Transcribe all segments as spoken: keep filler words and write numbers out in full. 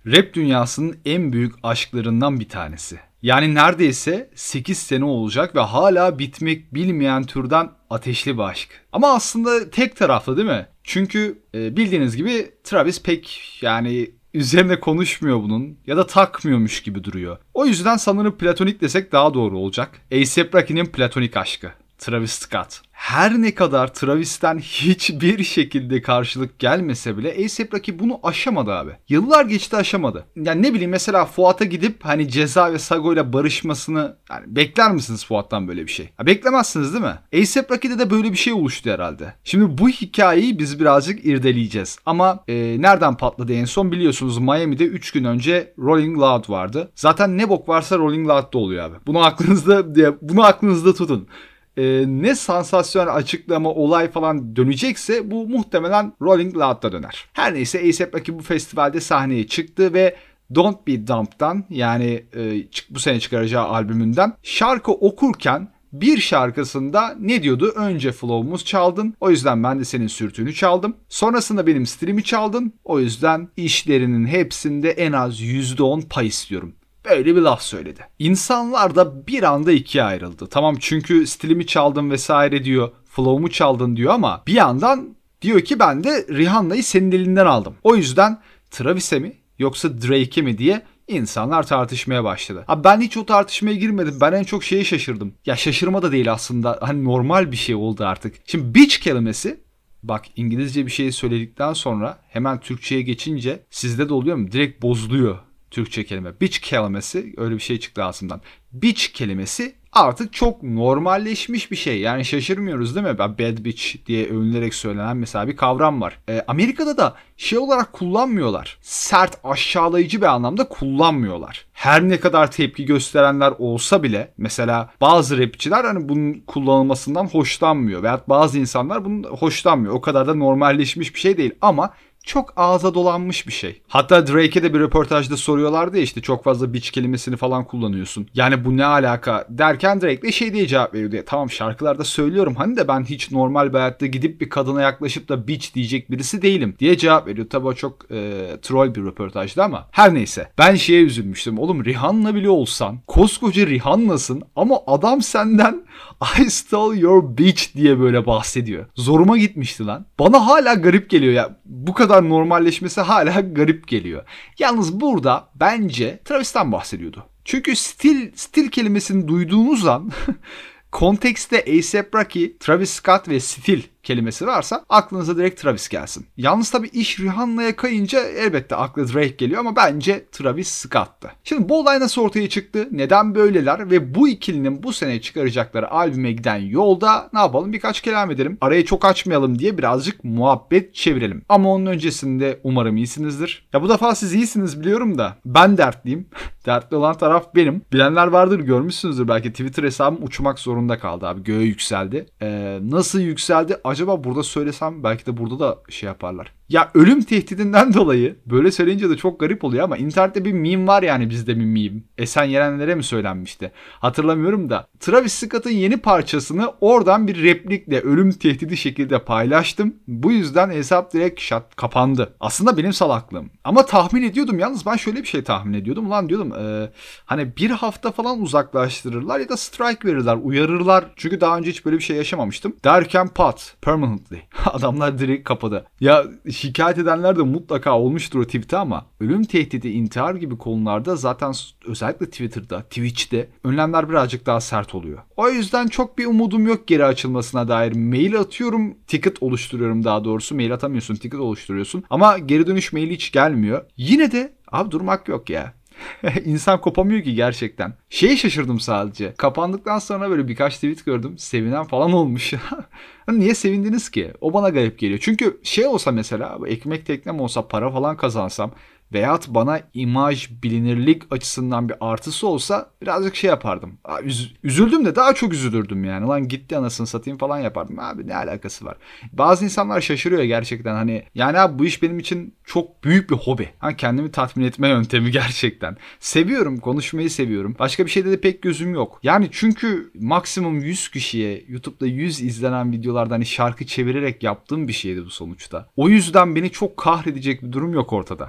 rap dünyasının en büyük aşklarından bir tanesi. Yani neredeyse sekiz sene olacak ve hala bitmek bilmeyen türden ateşli bir aşk. Ama aslında tek taraflı değil mi? Çünkü e, bildiğiniz gibi Travis pek yani üzerine konuşmuyor bunun ya da takmıyormuş gibi duruyor. O yüzden sanırım platonik desek daha doğru olacak. A$AP Rocky'nin platonik aşkı. Travis Scott. Her ne kadar Travis'ten hiçbir şekilde karşılık gelmese bile A$AP Rocky bunu aşamadı abi. Yıllar geçti aşamadı. Yani ne bileyim mesela Fuat'a gidip hani Ceza ve Sago ile barışmasını yani bekler misiniz Fuat'tan böyle bir şey? Ha, beklemezsiniz değil mi? A$AP Rocky'de de böyle bir şey oluştu herhalde. Şimdi bu hikayeyi biz birazcık irdeleyeceğiz. Ama e, nereden patladı en son biliyorsunuz Miami'de üç gün önce Rolling Loud vardı. Zaten ne bok varsa Rolling Loud'da oluyor abi. Bunu aklınızda bunu aklınızda tutun. Ee, ne sansasyonel açıklama olay falan dönecekse bu muhtemelen Rolling Loud'da döner. Her neyse A$AP Rocky bu festivalde sahneye çıktı ve Don't Be Dump'tan yani e, bu sene çıkaracağı albümünden şarkı okurken bir şarkısında ne diyordu? Önce flow'umuz çaldın. O yüzden ben de senin sürtüğünü çaldım. Sonrasında benim stilimi çaldın. O yüzden işlerinin hepsinde en az yüzde on pay istiyorum. Böyle bir laf söyledi. İnsanlar da bir anda ikiye ayrıldı. Tamam çünkü stilimi çaldın vesaire diyor. Flow'umu çaldın diyor ama bir yandan diyor ki ben de Rihanna'yı senin elinden aldım. O yüzden Travis'e mi yoksa Drake'e mi diye insanlar tartışmaya başladı. Abi ben hiç o tartışmaya girmedim. Ben en çok şeye şaşırdım. Ya şaşırma da değil aslında. Hani normal bir şey oldu artık. Şimdi bitch kelimesi bak İngilizce bir şey söyledikten sonra hemen Türkçe'ye geçince sizde de oluyor mu? Direkt bozuluyor. Türkçe kelime. Bitch kelimesi öyle bir şey çıktı ağzımdan. Bitch kelimesi artık çok normalleşmiş bir şey. Yani şaşırmıyoruz değil mi? Bad bitch diye övünerek söylenen mesela bir kavram var. E, Amerika'da da şey olarak kullanmıyorlar. Sert, aşağılayıcı bir anlamda kullanmıyorlar. Her ne kadar tepki gösterenler olsa bile mesela bazı rapçiler hani bunun kullanılmasından hoşlanmıyor. Veyahut bazı insanlar bunun hoşlanmıyor. O kadar da normalleşmiş bir şey değil ama çok ağza dolanmış bir şey. Hatta Drake'e de bir röportajda soruyorlardı ya işte çok fazla bitch kelimesini falan kullanıyorsun. Yani bu ne alaka derken Drake de şey diye cevap veriyor diye. Tamam şarkılarda söylüyorum hani de ben hiç normal bir hayatta gidip bir kadına yaklaşıp da bitch diyecek birisi değilim diye cevap veriyor. Tabii o çok e, troll bir röportajdı ama her neyse. Ben şeye üzülmüştüm. Oğlum Rihanna bile olsan koskoca Rihanna'sın ama adam senden I stole your bitch diye böyle bahsediyor. Zoruma gitmişti lan. Bana hala garip geliyor ya. Bu kadar normalleşmesi hala garip geliyor. Yalnız burada bence Travis'ten bahsediyordu. Çünkü stil stil kelimesini duyduğunuz an kontekste A$AP Rocky, Travis Scott ve stil kelimesi varsa aklınıza direkt Travis gelsin. Yalnız tabii iş Rihanna'ya kayınca elbette akla Drake geliyor ama bence Travis Scott'tı. Şimdi bu olay nasıl ortaya çıktı? Neden böyleler? Ve bu ikilinin bu sene çıkaracakları albüme giden yolda ne yapalım? Birkaç kelam edelim. Arayı çok açmayalım diye birazcık muhabbet çevirelim. Ama onun öncesinde umarım iyisinizdir. Ya bu defa siz iyisiniz biliyorum da ben dertliyim. Dertli olan taraf benim. Bilenler vardır görmüşsünüzdür belki Twitter hesabım uçmak zorunda kaldı abi. Göğe yükseldi. Ee, nasıl yükseldi? Acaba burada söylesem belki de burada da şey yaparlar. Ya ölüm tehdidinden dolayı böyle söyleyince de çok garip oluyor ama internette bir meme var yani bizde bir meme. Esen Yerenlere mi söylenmişti? Hatırlamıyorum da. Travis Scott'ın yeni parçasını oradan bir replikle ölüm tehdidi şekilde paylaştım. Bu yüzden hesap direkt shut kapandı. Aslında benim salaklığım. Ama tahmin ediyordum yalnız ben şöyle bir şey tahmin ediyordum. Ulan diyordum e, hani bir hafta falan uzaklaştırırlar ya da strike verirler, uyarırlar. Çünkü daha önce hiç böyle bir şey yaşamamıştım. Derken pat, permanently. Adamlar direkt kapadı. Ya şikayet edenler de mutlaka olmuştur o tweet'e ama ölüm tehdidi, intihar gibi konularda zaten özellikle Twitter'da, Twitch'te önlemler birazcık daha sert oluyor. O yüzden çok bir umudum yok geri açılmasına dair. Mail atıyorum, ticket oluşturuyorum daha doğrusu. Mail atamıyorsun, ticket oluşturuyorsun. Ama geri dönüş maili hiç gelmiyor. Yine de abi durmak yok ya. İnsan kopamıyor ki gerçekten. Şeye şaşırdım sadece. Kapandıktan sonra böyle birkaç tweet gördüm. Sevinen falan olmuş. Niye sevindiniz ki? O bana garip geliyor. Çünkü şey olsa mesela ekmek teknem olsa para falan kazansam veyahut bana imaj, bilinirlik açısından bir artısı olsa birazcık şey yapardım. Üz- üzüldüm de daha çok üzülürdüm yani. Lan gitti anasını satayım falan yapardım. Abi ne alakası var? Bazı insanlar şaşırıyor gerçekten hani. Yani abi bu iş benim için çok büyük bir hobi. Hani kendimi tatmin etme yöntemi gerçekten. Seviyorum, konuşmayı seviyorum. Başka bir şeyde de pek gözüm yok. Yani çünkü maksimum yüz kişiye YouTube'da yüz izlenen videolardan hani şarkı çevirerek yaptığım bir şeydi bu sonuçta. O yüzden beni çok kahredecek bir durum yok ortada. Ama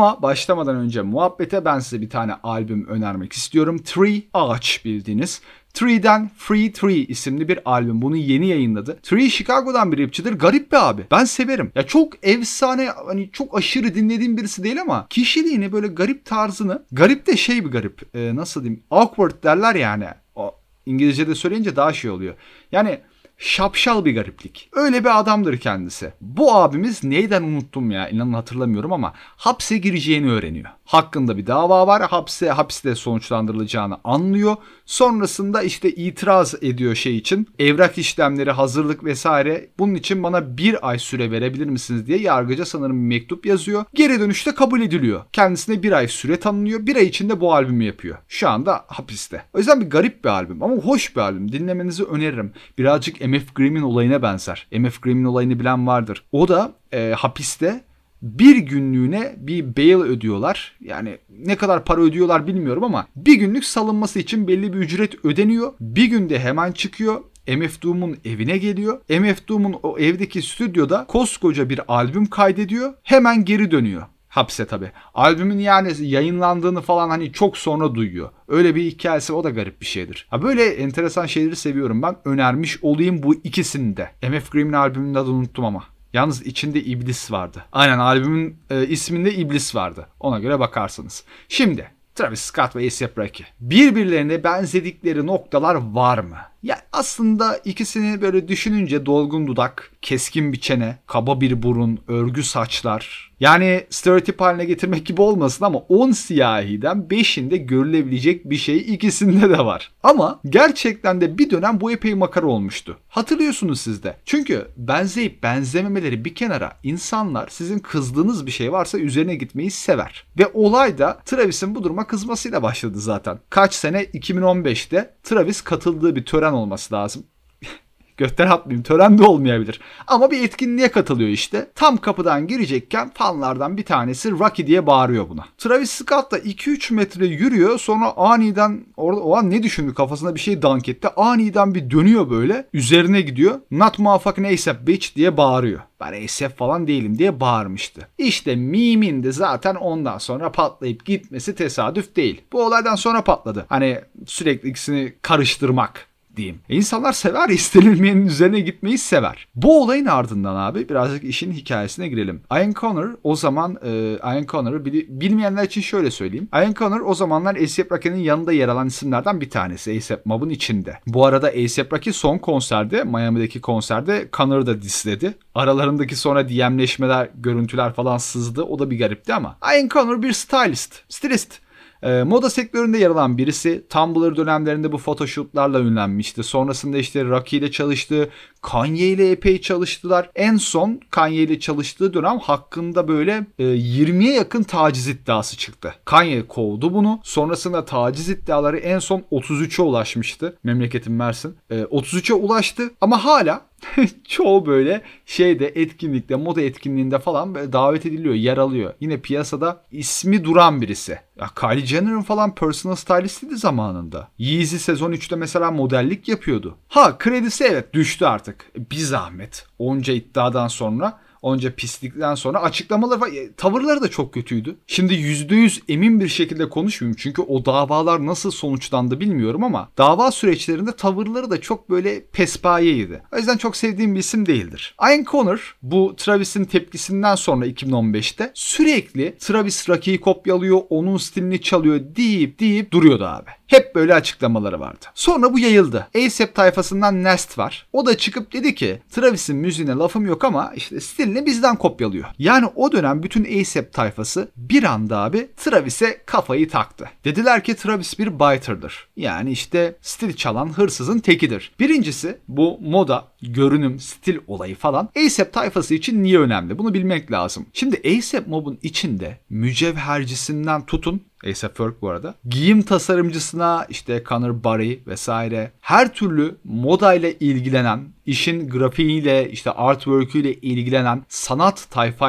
Ama başlamadan önce muhabbete ben size bir tane albüm önermek istiyorum. Tree, ağaç bildiğiniz. Tree'den Free Tree isimli bir albüm. Bunu yeni yayınladı. Tree Chicago'dan bir rapçidir. Garip bir abi. Ben severim. Ya çok efsane, hani çok aşırı dinlediğim birisi değil ama kişiliğini, böyle garip tarzını, garip de şey bir garip. Ee, nasıl diyeyim? Awkward derler yani. O İngilizce'de söyleyince daha şey oluyor. Yani şapşal bir gariplik. Öyle bir adamdır kendisi. Bu abimiz neyden unuttum ya, inanın hatırlamıyorum ama hapse gireceğini öğreniyor. Hakkında bir dava var. Hapse hapiste sonuçlandırılacağını anlıyor. Sonrasında işte itiraz ediyor şey için. Evrak işlemleri, hazırlık vesaire. Bunun için bana bir ay süre verebilir misiniz diye yargıca sanırım bir mektup yazıyor. Geri dönüşte kabul ediliyor. Kendisine bir ay süre tanınıyor. Bir ay içinde bu albümü yapıyor. Şu anda hapiste. O yüzden bir garip bir albüm ama hoş bir albüm. Dinlemenizi öneririm. Birazcık M F Grimm'in olayına benzer. M F Grimm'in olayını bilen vardır. O da e, hapiste bir günlüğüne bir bail ödüyorlar. Yani ne kadar para ödüyorlar bilmiyorum ama bir günlük salınması için belli bir ücret ödeniyor. Bir günde hemen çıkıyor. M F Doom'un evine geliyor. M F Doom'un o evdeki stüdyoda koskoca bir albüm kaydediyor. Hemen geri dönüyor. Hapse tabii. Albümün yani yayınlandığını falan hani çok sonra duyuyor. Öyle bir hikayesi, o da garip bir şeydir. Ha, böyle enteresan şeyleri seviyorum ben. Önermiş olayım bu ikisini de. M F Grimm'in albümünün adını unuttum ama. Yalnız içinde iblis vardı. Aynen, albümün e, isminde iblis vardı. Ona göre bakarsınız. Şimdi Travis Scott ve A$AP Rocky. Birbirlerine benzedikleri noktalar var mı? Ya aslında ikisini böyle düşününce dolgun dudak, keskin bir çene, kaba bir burun, örgü saçlar. Yani stereotip haline getirmek gibi olmasın ama on siyahiden beşinde görülebilecek bir şey ikisinde de var. Ama gerçekten de bir dönem bu epey makara olmuştu. Hatırlıyorsunuz siz de. Çünkü benzeyip benzememeleri bir kenara, insanlar sizin kızdığınız bir şey varsa üzerine gitmeyi sever. Ve olay da Travis'in bu duruma kızmasıyla başladı zaten. Kaç sene? iki bin on beşte Travis katıldığı bir tören olması lazım. Gökten atmayayım, tören de olmayabilir. Ama bir etkinliğe katılıyor işte. Tam kapıdan girecekken fanlardan bir tanesi Rocky diye bağırıyor buna. Travis Scott da iki üç metre yürüyor, sonra aniden orada o an ne düşündü, kafasına bir şey dank etti. Aniden bir dönüyor böyle, üzerine gidiyor. Not motherfucking A$AP bitch diye bağırıyor. Ben A$AP falan değilim diye bağırmıştı. İşte meme'in de zaten ondan sonra patlayıp gitmesi tesadüf değil. Bu olaydan sonra patladı. Hani sürekli ikisini karıştırmak diyeyim. E insanlar sever, istenilmeyenin üzerine gitmeyi sever. Bu olayın ardından abi birazcık işin hikayesine girelim. Ian Connor o zaman e, Ian Connor'ı bilmeyenler için şöyle söyleyeyim. Ian Connor o zamanlar A$AP Rocky'nin yanında yer alan isimlerden bir tanesi. A$AP Mob'un içinde. Bu arada A$AP Rocky son konserde, Miami'deki konserde Connor'ı da disledi. Aralarındaki sonra D M'leşmeler, görüntüler falan sızdı. O da bir garipti ama. Ian Connor bir stylist, stilist. E, moda sektöründe yer alan birisi. Tumblr dönemlerinde bu photoshootlarla ünlenmişti. Sonrasında işte Rocky ile çalıştı. Kanye ile epey çalıştılar. En son Kanye ile çalıştığı dönem hakkında böyle e, yirmiye yakın taciz iddiası çıktı. Kanye kovdu bunu. Sonrasında taciz iddiaları en son otuz üçe ulaşmıştı. Memleketin Mersin. E, otuz üçe ulaştı ama hala çoğu böyle şeyde, etkinlikte, moda etkinliğinde falan böyle davet ediliyor, yer alıyor. Yine piyasada ismi duran birisi. Ya Kylie Jenner'ın falan personal stylistiydi zamanında. Yeezy sezon üçte mesela modellik yapıyordu. Ha, kredisi evet düştü artık. Bir zahmet. Onca iddiadan sonra, onca pislikten sonra açıklamaları var. Tavırları da çok kötüydü. Şimdi yüzde yüz emin bir şekilde konuşmayayım. Çünkü o davalar nasıl sonuçlandı bilmiyorum ama dava süreçlerinde tavırları da çok böyle pespayeydi. O yüzden çok sevdiğim bir isim değildir. Ian Connor bu Travis'in tepkisinden sonra iki bin on beşte sürekli Travis Rocky'yi kopyalıyor, onun stilini çalıyor deyip deyip duruyordu abi. Hep böyle açıklamaları vardı. Sonra bu yayıldı. A$AP tayfasından Nest var. O da çıkıp dedi ki Travis'in müziğine lafım yok ama işte stilini bizden kopyalıyor. Yani o dönem bütün A$AP tayfası bir anda abi Travis'e kafayı taktı. Dediler ki Travis bir biter'dır. Yani işte stil çalan hırsızın tekidir. Birincisi bu moda, görünüm, stil olayı falan A$AP tayfası için niye önemli? Bunu bilmek lazım. Şimdi A$AP Mob'un içinde mücevhercisinden tutun, A$AP Ferg bu arada, giyim tasarımcısına, işte Conor Barry vesaire, her türlü modayla ilgilenen, işin grafiğiyle, işte artwork'üyle ilgilenen sanat tayfayla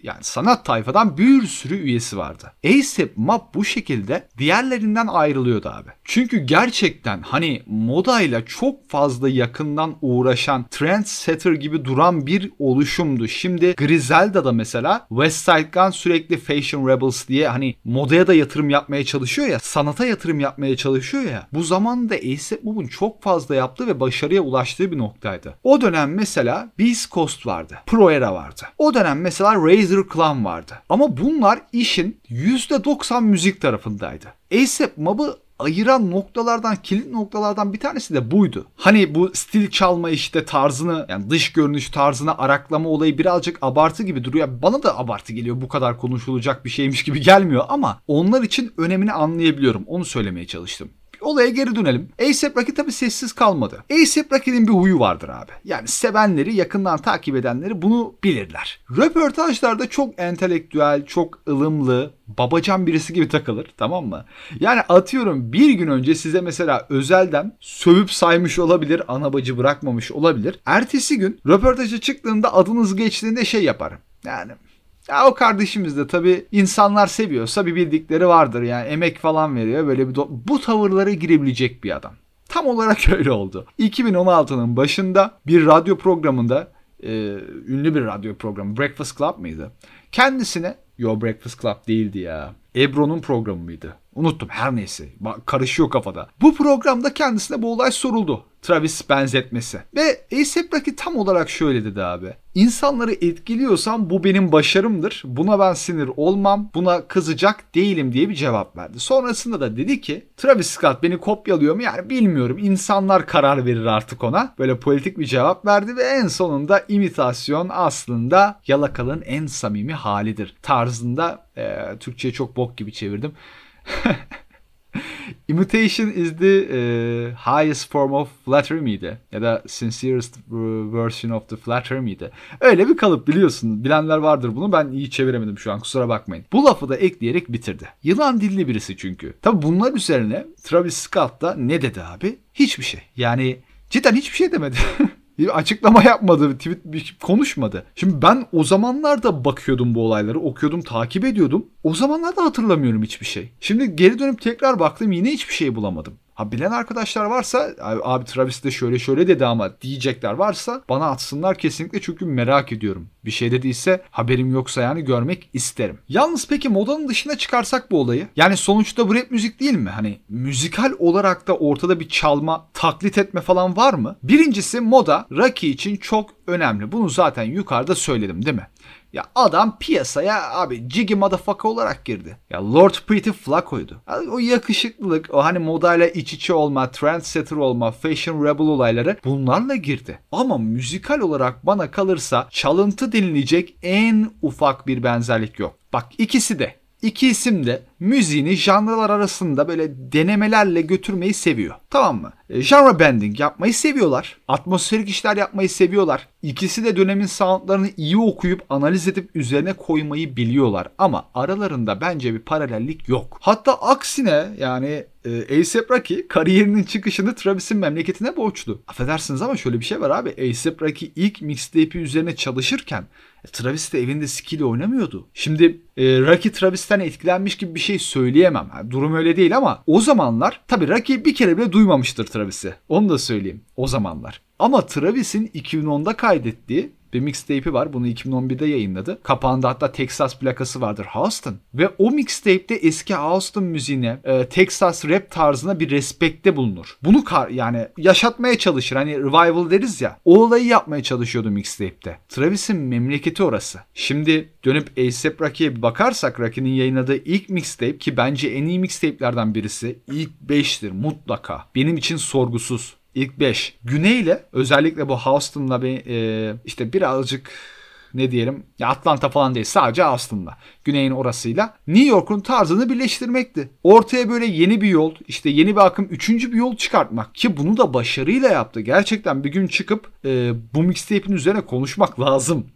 yani sanat tayfadan bir sürü üyesi vardı. A$AP Mob bu şekilde diğerlerinden ayrılıyordu abi. Çünkü gerçekten hani modayla çok fazla yakından uğraşan, trendsetter gibi duran bir oluşumdu. Şimdi Griselda da mesela West Side Gun sürekli Fashion Rebels diye hani modaya da yatırım yapmaya çalışıyor ya, sanata yatırım yapmaya çalışıyor ya. Bu zamanda A$AP Mob'un çok fazla yaptığı ve başarıya ulaştığı bir noktaydı. O dönem mesela Beast Coast vardı. Pro Era vardı. O dönem mesela Razor Clan vardı. Ama bunlar işin yüzde doksan müzik tarafındaydı. A$AP Mob'u ayıran noktalardan, kilit noktalardan bir tanesi de buydu. Hani bu stil çalma işte tarzını, yani dış görünüş tarzını araklama olayı birazcık abartı gibi duruyor. Bana da abartı geliyor. Bu kadar konuşulacak bir şeymiş gibi gelmiyor ama onlar için önemini anlayabiliyorum. Onu söylemeye çalıştım. Olaya geri dönelim. A$AP Rocky tabii sessiz kalmadı. A$AP Rocky'nin bir huyu vardır abi. Yani sevenleri, yakından takip edenleri bunu bilirler. Röportajlarda çok entelektüel, çok ılımlı, babacan birisi gibi takılır, tamam mı? Yani atıyorum bir gün önce size mesela özelden sövüp saymış olabilir, ana bacı bırakmamış olabilir. Ertesi gün röportaja çıktığında adınız geçtiğinde şey yaparım. Yani... Ya o kardeşimiz de tabii insanlar seviyorsa bir bildikleri vardır. Yani emek falan veriyor. Böyle bir do- bu tavırlara girebilecek bir adam. Tam olarak öyle oldu. iki bin on altının başında bir radyo programında, e, ünlü bir radyo programı, Breakfast Club mıydı? Kendisine, yo Breakfast Club değildi ya. Ebru'nun programı mıydı? Unuttum, her neyse. Bak, karışıyor kafada. Bu programda kendisine bu olay soruldu. Travis benzetmesi. Ve A$AP Rocky tam olarak şöyle dedi abi. İnsanları etkiliyorsam bu benim başarımdır. Buna ben sinir olmam. Buna kızacak değilim diye bir cevap verdi. Sonrasında da dedi ki Travis Scott beni kopyalıyor mu? Yani bilmiyorum. İnsanlar karar verir artık ona. Böyle politik bir cevap verdi ve en sonunda imitasyon aslında yalakalığın en samimi halidir tarzında, e, Türkçe'ye çok bok gibi çevirdim. Imitation is the uh, highest form of flattery miydi? Ya da sincerest version of the flattery miydi? Öyle bir kalıp, biliyorsunuz. Bilenler vardır bunu. Ben iyi çeviremedim şu an, kusura bakmayın. Bu lafı da ekleyerek bitirdi. Yılan dilli birisi çünkü. Tabi bunlar üzerine Travis Scott da ne dedi abi? Hiçbir şey. Yani cidden hiçbir şey demedi. Bir açıklama yapmadı, tweet bir konuşmadı. Şimdi ben o zamanlarda bakıyordum bu olayları, okuyordum, takip ediyordum. O zamanlarda hatırlamıyorum hiçbir şey. Şimdi geri dönüp tekrar baktım, yine hiçbir şey bulamadım. Ha, bilen arkadaşlar varsa, abi Travis de şöyle şöyle dedi ama diyecekler varsa bana atsınlar kesinlikle, çünkü merak ediyorum. Bir şey dediyse haberim yoksa yani görmek isterim. Yalnız peki modanın dışına çıkarsak bu olayı, yani sonuçta bu rap müzik değil mi? Hani müzikal olarak da ortada bir çalma, taklit etme falan var mı? Birincisi, moda Rocky için çok önemli. Bunu zaten yukarıda söyledim değil mi? Ya adam piyasaya abi Jiggy Motherfucker olarak girdi. Ya Lord Pretty Flacco'ydu. Yani o yakışıklılık, o hani modayla iç içe olma, trendsetter olma, fashion rebel olayları bunlarla girdi. Ama müzikal olarak bana kalırsa çalıntı denilecek en ufak bir benzerlik yok. Bak, ikisi de, İki isim de müziğini janralar arasında böyle denemelerle götürmeyi seviyor. Tamam mı? E, genre bending yapmayı seviyorlar. Atmosferik işler yapmayı seviyorlar. İkisi de dönemin soundlarını iyi okuyup analiz edip üzerine koymayı biliyorlar. Ama aralarında bence bir paralellik yok. Hatta aksine yani e, A$AP Rocky kariyerinin çıkışını Travis'in memleketine borçlu. Affedersiniz ama şöyle bir şey var abi. A$AP Rocky ilk mixtape'i üzerine çalışırken Travis de evinde skill oynamıyordu. Şimdi e, Rocky Travis'ten etkilenmiş gibi bir şey söyleyemem. Yani durum öyle değil ama o zamanlar tabii Rocky bir kere bile duymamıştır Travis'i. Onu da söyleyeyim, o zamanlar. Ama Travis'in iki bin onda kaydettiği bir mixtape'i var. Bunu iki bin on birde yayınladı. Kapağında hatta Texas plakası vardır, Houston. Ve o mixtape'te eski Houston müziğine, e, Texas rap tarzına bir respekte bulunur. Bunu kar, yani yaşatmaya çalışır. Hani revival deriz ya. O olayı yapmaya çalışıyordu mixtape'te. Travis'in memleketi orası. Şimdi dönüp A$AP Rocky'ye bir bakarsak, Rocky'nin yayınladığı ilk mixtape, ki bence en iyi mixtape'lerden birisi, ilk beştir mutlaka. Benim için sorgusuz. İlk beş. Güney'le, özellikle bu Houston'la bir, e, işte birazcık ne diyelim, ya Atlanta falan değil, sadece Houston'la, Güney'in orasıyla New York'un tarzını birleştirmekti. Ortaya böyle yeni bir yol, işte yeni bir akım, üçüncü bir yol çıkartmak, ki bunu da başarıyla yaptı. Gerçekten bir gün çıkıp e, bu mixtape'in üzerine konuşmak lazım.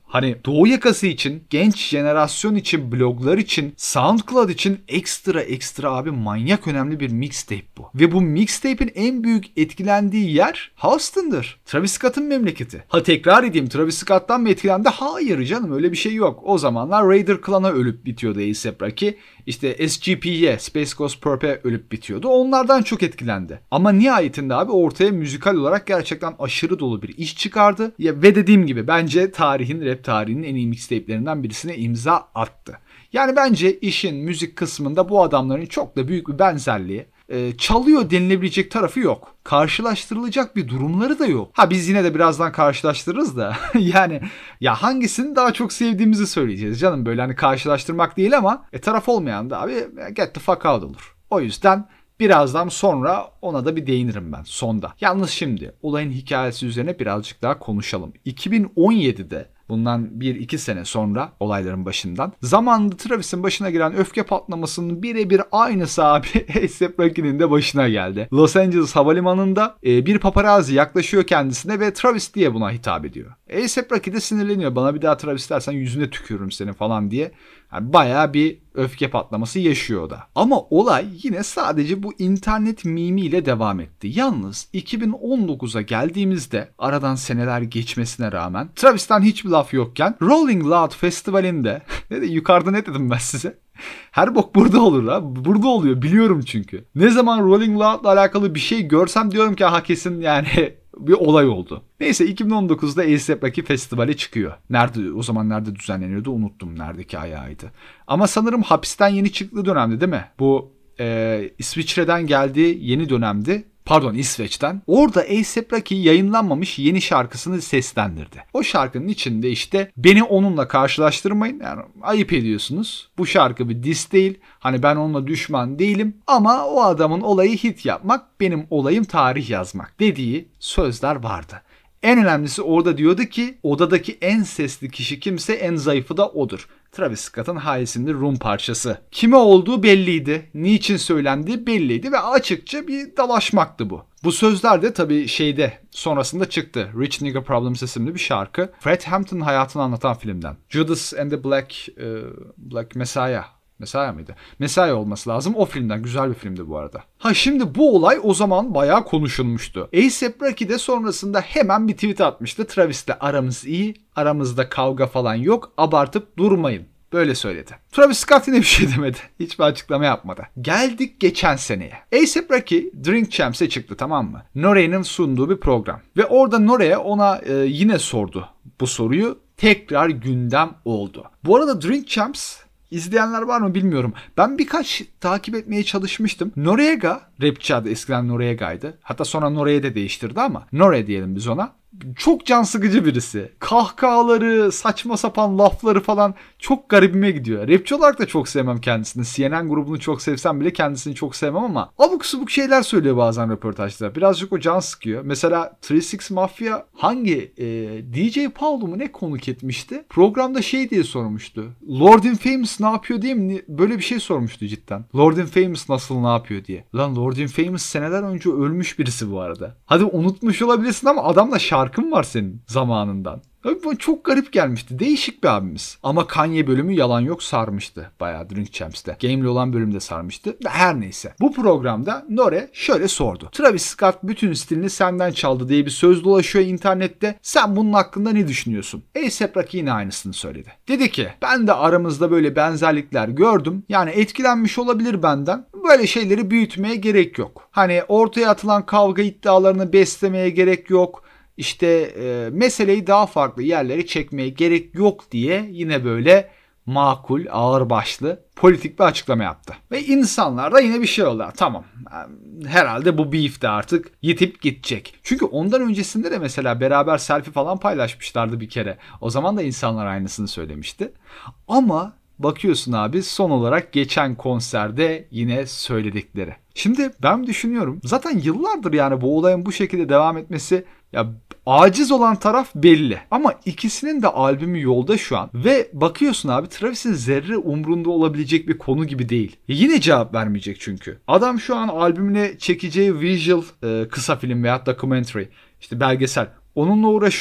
Hani Doğu yakası için, genç jenerasyon için, bloglar için, SoundCloud için ekstra ekstra abi manyak önemli bir mixtape bu. Ve bu mixtape'in en büyük etkilendiği yer Houston'dır. Travis Scott'ın memleketi. Ha tekrar edeyim, Travis Scott'tan mı etkilendi? Hayır canım, öyle bir şey yok. O zamanlar Raider Klan'a ölüp bitiyordu A$AP Rocky. İşte S G P'ye, Space Ghost Purp'e ölüp bitiyordu. Onlardan çok etkilendi. Ama nihayetinde abi ortaya müzikal olarak gerçekten aşırı dolu bir iş çıkardı. Ya, ve dediğim gibi bence tarihin, rap tarihinin en iyi mixtape'lerinden birisine imza attı. Yani bence işin müzik kısmında bu adamların çok da büyük bir benzerliği, e, çalıyor denilebilecek tarafı yok. Karşılaştırılacak bir durumları da yok. Ha biz yine de birazdan karşılaştırırız da yani ya hangisini daha çok sevdiğimizi söyleyeceğiz canım, böyle hani karşılaştırmak değil ama e, taraf olmayan da abi get the fuck out olur. O yüzden birazdan sonra ona da bir değinirim ben sonda. Yalnız şimdi olayın hikayesi üzerine birazcık daha konuşalım. iki bin on yedide bundan bir iki sene sonra olayların başından zamanında Travis'in başına gelen öfke patlamasının birebir aynısı abi A$AP Rocky'nin de başına geldi. Los Angeles havalimanında e, bir paparazzi yaklaşıyor kendisine ve Travis diye buna hitap ediyor. A$AP Rocky de sinirleniyor. Bana bir daha Travis dersen yüzüne tükürürüm seni falan diye. Yani bayağı bir öfke patlaması yaşıyor o da. Ama olay yine sadece bu internet mimiyle devam etti. Yalnız iki bin on dokuza geldiğimizde aradan seneler geçmesine rağmen Travis'ten hiçbir laf yokken Rolling Loud Festivali'nde ne de yukarıda ne dedim ben size? Her bok burada olur ha. Burada oluyor biliyorum çünkü. Ne zaman Rolling Loud'la alakalı bir şey görsem diyorum ki ha kesin yani bir olay oldu. Neyse iki bin on dokuzda A$AP Rocky Festivali çıkıyor. Nerede o zaman nerede düzenleniyordu unuttum neredeki ayağıydı. Ama sanırım hapisten yeni çıktığı dönemdi değil mi? Bu e, İsviçre'den geldiği yeni dönemdi. Pardon İsveç'ten. Orada A$AP Rocky yayınlanmamış yeni şarkısını seslendirdi. O şarkının içinde işte beni onunla karşılaştırmayın. Yani ayıp ediyorsunuz. Bu şarkı bir diss değil. Hani ben onunla düşman değilim. Ama o adamın olayı hit yapmak, benim olayım tarih yazmak dediği sözler vardı. En önemlisi orada diyordu ki odadaki en sesli kişi kimse en zayıfı da odur. Travis Scott'ın High isimli Room parçası. Kime olduğu belliydi, niçin söylendiği belliydi ve açıkça bir dalaşmaktı bu. Bu sözler de tabii şeyde sonrasında çıktı. Rich Nigga Problems isimli bir şarkı. Fred Hampton'ın hayatını anlatan filmden. Judas and the Black, uh, Black Messiah. Messiah mıydı? Messiah olması lazım. O filmden. Güzel bir filmdi bu arada. Ha şimdi bu olay o zaman bayağı konuşulmuştu. A$AP Rocky de sonrasında hemen bir tweet atmıştı. Travis'le aramız iyi. Aramızda kavga falan yok. Abartıp durmayın. Böyle söyledi. Travis Scott yine bir şey demedi. Hiçbir açıklama yapmadı. Geldik geçen seneye. A$AP Rocky Drink Champs'e çıktı, tamam mı? Nore'nin sunduğu bir program. Ve orada Nore ona e, yine sordu bu soruyu. Tekrar gündem oldu. Bu arada Drink Champs, İzleyenler var mı bilmiyorum. Ben birkaç takip etmeye çalışmıştım. Noreaga, rapçi adı eskiden Noreaga'ydı. Hatta sonra Nore'ye de değiştirdi ama Nore diyelim biz ona. Çok can sıkıcı birisi. Kahkahaları, saçma sapan lafları falan çok garibime gidiyor. Rapçi olarak da çok sevmem kendisini. C N N grubunu çok sevsem bile kendisini çok sevmem ama abuk subuk şeyler söylüyor bazen röportajda. Birazcık o can sıkıyor. Mesela üç altı Mafia hangi e, D J Paulo mu ne konuk etmişti? Programda şey diye sormuştu. Lord in Famous ne yapıyor diye mi? Böyle bir şey sormuştu cidden. Lord in Famous nasıl ne yapıyor diye. Lan Lord in Famous seneler önce ölmüş birisi bu arada. Hadi unutmuş olabilirsin ama adamla şarkın var senin zamanından. Çok garip gelmişti. Değişik bir abimiz. Ama Kanye bölümü yalan yok sarmıştı. Bayağı Drink Champs'te. Game'li olan bölümde sarmıştı. Her neyse. Bu programda Nore şöyle sordu. Travis Scott bütün stilini senden çaldı diye bir söz dolaşıyor internette. Sen bunun hakkında ne düşünüyorsun? A$AP Rocky yine aynısını söyledi. Dedi ki ben de aramızda böyle benzerlikler gördüm. Yani etkilenmiş olabilir benden. Böyle şeyleri büyütmeye gerek yok. Hani ortaya atılan kavga iddialarını beslemeye gerek yok. İşte e, meseleyi daha farklı yerlere çekmeye gerek yok diye yine böyle makul, ağırbaşlı, politik bir açıklama yaptı. Ve insanlar da yine bir şey oldu. Tamam, herhalde bu beef de artık yitip gidecek. Çünkü ondan öncesinde de mesela beraber selfie falan paylaşmışlardı bir kere. O zaman da insanlar aynısını söylemişti. Ama bakıyorsun abi son olarak geçen konserde yine söyledikleri. Şimdi ben düşünüyorum zaten yıllardır yani bu olayın bu şekilde devam etmesi, ya aciz olan taraf belli. Ama ikisinin de albümü yolda şu an. Ve bakıyorsun abi Travis'in zerre umrunda olabilecek bir konu gibi değil. E yine cevap vermeyecek çünkü. Adam şu an albümüne çekeceği visual e, kısa film veya documentary, işte belgesel, onunla uğraşıyor.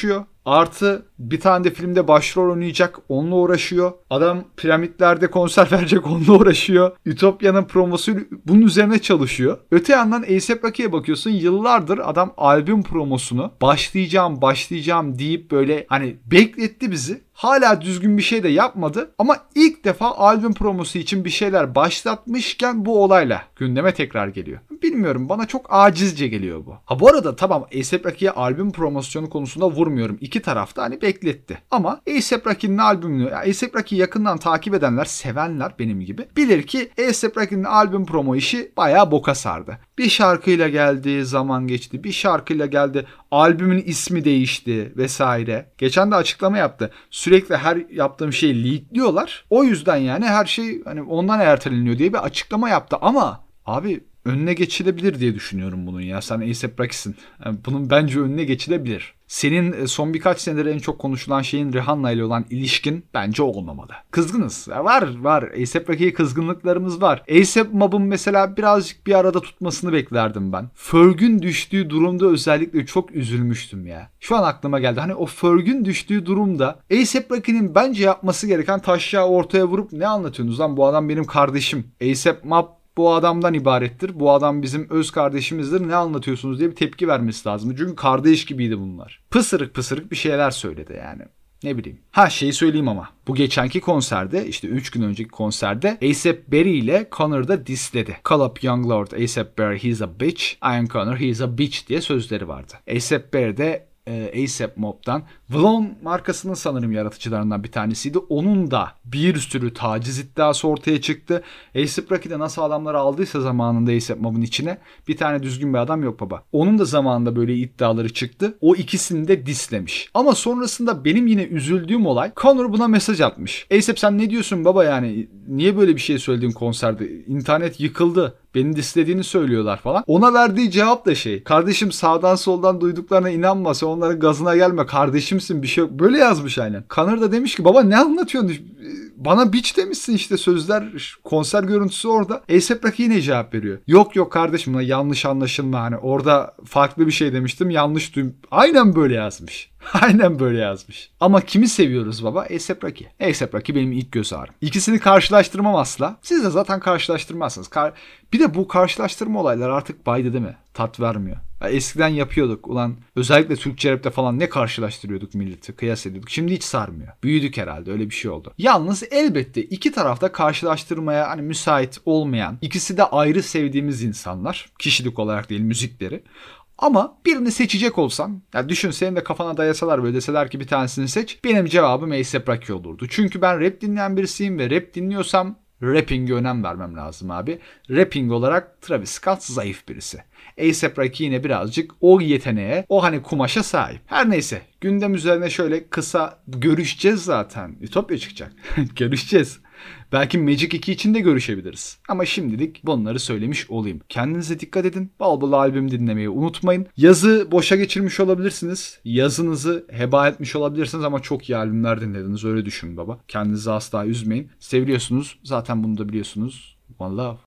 Artı bir tane de filmde başrol oynayacak. Onunla uğraşıyor. Adam piramitlerde konser verecek. Onunla uğraşıyor. Ütopya'nın promosuyla bunun üzerine çalışıyor. Öte yandan A$AP Rocky'ye bakıyorsun. Yıllardır adam albüm promosunu başlayacağım başlayacağım deyip böyle hani bekletti bizi. Hala düzgün bir şey de yapmadı ama ilk defa albüm promosu için bir şeyler başlatmışken bu olayla gündeme tekrar geliyor. Bilmiyorum, bana çok acizce geliyor bu. Ha bu arada tamam, A$AP Rocky'ye albüm promosyonu konusunda vurmuyorum. İki tarafta hani bekletti. Ama A$AP Rocky'nin albümünü, A$AP Rocky'yi yakından takip edenler, sevenler benim gibi bilir ki A$AP Rocky'nin albüm promo işi bayağı boka sardı. Bir şarkıyla geldi, zaman geçti. Bir şarkıyla geldi, albümün ismi değişti vesaire. Geçen de açıklama yaptı. Sürekli her yaptığım şeyi leakliyorlar. O yüzden yani her şey hani ondan erteleniyor diye bir açıklama yaptı. Ama abi önüne geçilebilir diye düşünüyorum bunun ya. Sen A$AP Rocky'sin. Yani bunun bence önüne geçilebilir. Senin son birkaç senedir en çok konuşulan şeyin Rihanna ile olan ilişkin bence olmamalı. Kızgınız. Var var. A$AP Rocky'ye kızgınlıklarımız var. A$AP Mob'un mesela birazcık bir arada tutmasını beklerdim ben. Ferg'ün düştüğü durumda özellikle çok üzülmüştüm ya. Şu an aklıma geldi. Hani o Ferg'ün düştüğü durumda A$AP Rocky'nin bence yapması gereken taşyağı ortaya vurup ne anlatıyorsunuz lan, bu adam benim kardeşim. A$AP Mob bu adamdan ibarettir. Bu adam bizim öz kardeşimizdir. Ne anlatıyorsunuz diye bir tepki vermesi lazım. Çünkü kardeş gibiydi bunlar. Pısırık pısırık bir şeyler söyledi yani. Ne bileyim. Ha şeyi söyleyeyim ama. Bu geçenki konserde, işte üç gün önceki konserde A$AP Berry ile Conor da disledi. Call up young lord A$AP Berry, he's a bitch. I am Conor, he's a bitch diye sözleri vardı. A$AP Berry de A$AP Mob'dan, Vlon markasının sanırım yaratıcılarından bir tanesiydi. Onun da bir sürü taciz iddiası ortaya çıktı. A$AP Rocky de nasıl adamları aldıysa zamanında A$AP Mob'un içine, bir tane düzgün bir adam yok baba. Onun da zamanında böyle iddiaları çıktı. O ikisini de dislemiş. Ama sonrasında benim yine üzüldüğüm olay, Conor buna mesaj atmış. A$AP sen ne diyorsun baba, yani niye böyle bir şey söyledin konserde? İnternet yıkıldı. Beni dislediğini söylüyorlar falan. Ona verdiği cevap da şey. Kardeşim sağdan soldan duyduklarına inanma. Sen onların gazına gelme. Kardeşimsin, bir şey yok. Böyle yazmış aynen. Conor da demiş ki baba ne anlatıyorsun? Bana bitch demişsin işte, sözler, konser görüntüsü orada. A$AP Rocky yine cevap veriyor. Yok yok kardeşim, yanlış anlaşılma, hani orada farklı bir şey demiştim, yanlış duydum. Aynen böyle yazmış. Aynen böyle yazmış. Ama kimi seviyoruz baba? A$AP Rocky. A$AP Rocky benim ilk göz ağrım. İkisini karşılaştırmam asla. Siz de zaten karşılaştırmazsınız. Kar- bir de bu karşılaştırma olayları artık baydı değil mi? Tat vermiyor. Ya eskiden yapıyorduk. Ulan özellikle Türkçe rapte falan ne karşılaştırıyorduk milleti. Kıyas ediyorduk. Şimdi hiç sarmıyor. Büyüdük herhalde, öyle bir şey oldu. Yalnız elbette iki tarafta karşılaştırmaya hani müsait olmayan, ikisi de ayrı sevdiğimiz insanlar. Kişilik olarak değil, müzikleri. Ama birini seçecek olsam, ya düşün senin de kafana dayasalar böyle deseler ki bir tanesini seç, benim cevabım A$AP Rocky olurdu. Çünkü ben rap dinleyen birisiyim ve rap dinliyorsam rapping'e önem vermem lazım abi. Rapping olarak Travis Scott zayıf birisi. A$AP Rocky yine birazcık o yeteneğe, o hani kumaşa sahip. Her neyse, gündem üzerine şöyle kısa görüşeceğiz zaten. Ütopya çıkacak. Görüşeceğiz. Belki Magic iki için de görüşebiliriz. Ama şimdilik bunları söylemiş olayım. Kendinize dikkat edin. Bol bol albüm dinlemeyi unutmayın. Yazı boşa geçirmiş olabilirsiniz. Yazınızı heba etmiş olabilirsiniz ama çok iyi albümler dinlediniz. Öyle düşünün baba. Kendinizi asla üzmeyin. Seviliyorsunuz. Zaten bunu da biliyorsunuz. One love.